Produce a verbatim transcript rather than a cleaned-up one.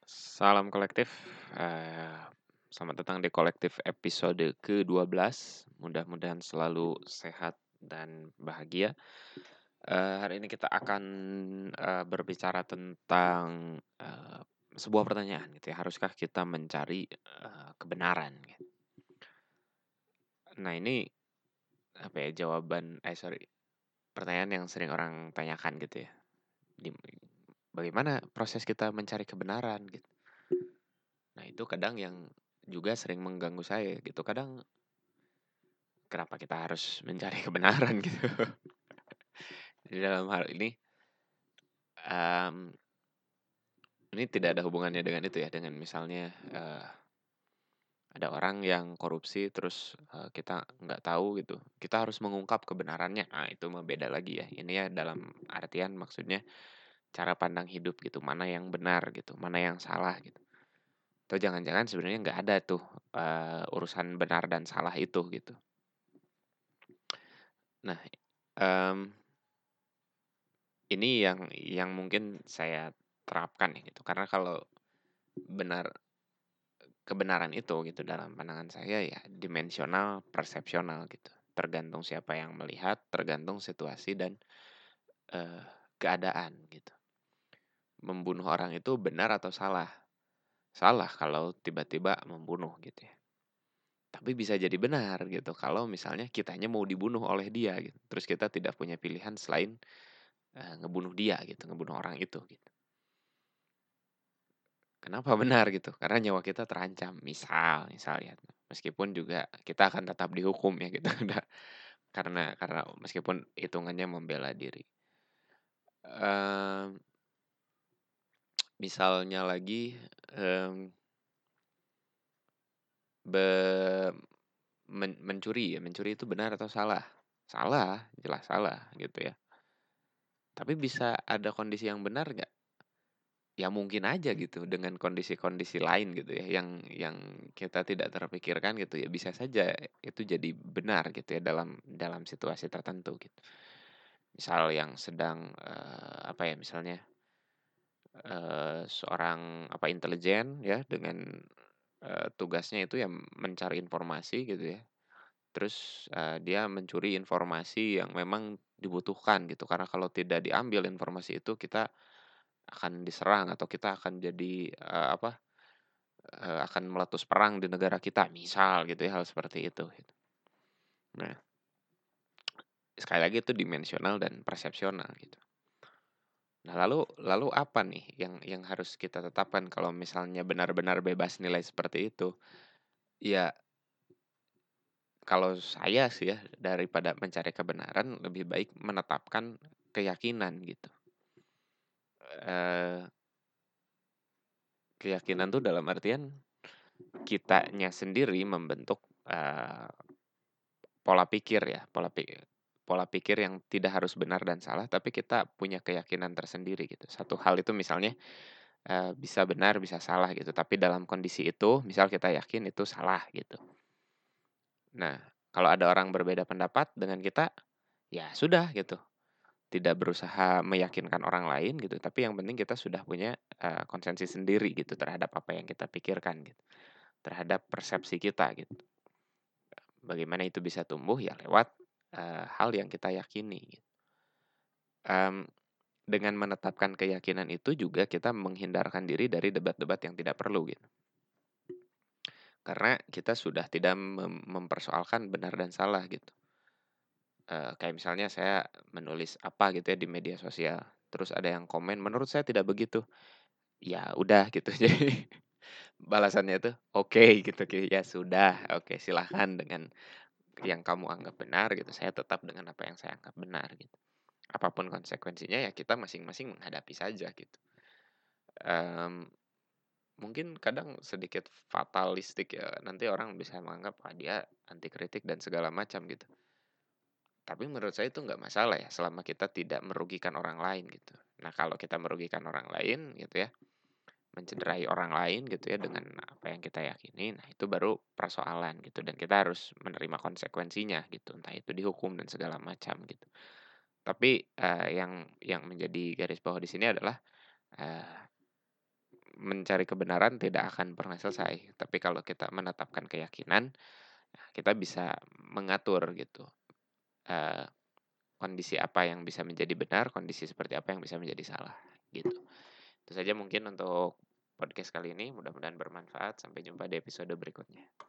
Salam kolektif, eee, selamat datang di kolektif episode kedua belas. Mudah-mudahan selalu sehat dan bahagia. Eee, hari ini kita akan, eee, berbicara tentang, eee, sebuah pertanyaan gitu ya, haruskah kita mencari, eee, kebenaran gitu. Nah ini, apa ya, jawaban eh sorry, pertanyaan yang sering orang tanyakan gitu ya, dim bagaimana proses kita mencari kebenaran gitu. Nah itu kadang yang juga sering mengganggu saya gitu, kadang kenapa kita harus mencari kebenaran gitu. Jadi dalam hal ini, mmm, ini tidak ada hubungannya dengan itu ya, dengan misalnya, eee, ada orang yang korupsi terus, eee, kita nggak tahu gitu, kita harus mengungkap kebenarannya, ah, itu mah beda lagi ya. Ini ya dalam artian maksudnya cara pandang hidup gitu, mana yang benar gitu, mana yang salah gitu. Atau jangan-jangan sebenarnya nggak ada tuh, eee, urusan benar dan salah itu gitu. Nah, mmm ini yang yang mungkin saya terapkan ya gitu, karena kalau benar kebenaran itu gitu dalam pandangan saya ya dimensional, persepsional gitu. Tergantung siapa yang melihat, tergantung situasi dan, eee, keadaan gitu. Membunuh orang itu benar atau salah? Salah kalau tiba-tiba membunuh gitu ya. Tapi bisa jadi benar gitu kalau misalnya kitanya mau dibunuh oleh dia gitu, terus kita tidak punya pilihan selain, eee, ngebunuh dia gitu, ngebunuh orang itu gitu. Kenapa benar gitu? Karena nyawa kita terancam, misal misal ya, meskipun juga kita akan tetap dihukum ya gitu, udah karena karena meskipun hitungannya membela diri. Mmm, misalnya lagi, mmm, be men mencuri ya, mencuri itu benar atau salah? Salah, jelas salah gitu ya. Tapi bisa ada kondisi yang benar nggak? Ya mungkin aja gitu dengan kondisi-kondisi lain gitu ya yang yang kita tidak terpikirkan gitu ya bisa saja itu jadi benar gitu ya dalam dalam situasi tertentu gitu. Misal yang sedang, eee, apa ya misalnya, eee, seorang apa intelijen ya dengan, eee, tugasnya itu ya mencari informasi gitu ya. Terus, eee, dia mencuri informasi yang memang dibutuhkan gitu karena kalau tidak diambil informasi itu kita akan diserang atau kita akan jadi, eee, apa Eee, akan meletus perang di negara kita, misal gitu ya, hal seperti itu, gitu. Nah, sekali lagi itu dimensional dan persepsional gitu. Nah, lalu lalu apa nih yang yang harus kita tetapkan kalau misalnya benar-benar bebas nilai seperti itu? Ya, kalau saya sih ya, daripada mencari kebenaran, lebih baik menetapkan keyakinan gitu. Eee, keyakinan tuh dalam artian kitanya sendiri membentuk, eee pola pikir ya, pola pi pola pikir yang tidak harus benar dan salah, tapi kita punya keyakinan tersendiri gitu. Satu hal itu misalnya, eee, bisa benar, bisa salah gitu, tapi dalam kondisi itu, misal kita yakin itu salah gitu. Nah, kalau ada orang berbeda pendapat dengan kita, ya sudah gitu, tidak berusaha meyakinkan orang lain gitu, tapi yang penting kita sudah punya, eee, konsensi sendiri gitu terhadap apa yang kita pikirkan gitu, terhadap persepsi kita gitu. Bagaimana itu bisa tumbuh? Ya lewat, eee, hal yang kita yakini gitu. Mmm, dengan menetapkan keyakinan itu juga kita menghindarkan diri dari debat-debat yang tidak perlu gitu. Karena kita sudah tidak mem mempersoalkan benar dan salah gitu. Eee, kayak misalnya saya menulis apa gitu ya di media sosial, terus ada yang komen, "Menurut saya tidak begitu." Ya udah gitu. Jadi balasannya tuh, "Oke," gitu, ki "ya sudah, oke silahkan dengan yang kamu anggap benar gitu, saya tetap dengan apa yang saya anggap benar," gitu. Apapun konsekuensinya ya kita masing-masing menghadapi saja gitu. Mmm, mungkin kadang sedikit fatalistik ya, nanti orang bisa menganggap, "Wah dia anti kritik dan segala macam," gitu. Tapi menurut saya itu nggak masalah ya, selama kita tidak merugikan orang lain gitu. Nah kalau kita merugikan orang lain gitu ya, mencederai orang lain gitu ya dengan apa yang kita yakini, nah itu baru persoalan gitu dan kita harus menerima konsekuensinya gitu, entah itu dihukum dan segala macam gitu. Tapi, eee, yang yang menjadi garis bawah di sini adalah, eee mencari kebenaran tidak akan pernah selesai. Tapi kalau kita menetapkan keyakinan, nah kita bisa mengatur gitu, eee, kondisi apa yang bisa menjadi benar, kondisi seperti apa yang bisa menjadi salah, gitu. Itu saja mungkin untuk podcast kali ini, mudah-mudahan bermanfaat. Sampai jumpa di episode berikutnya.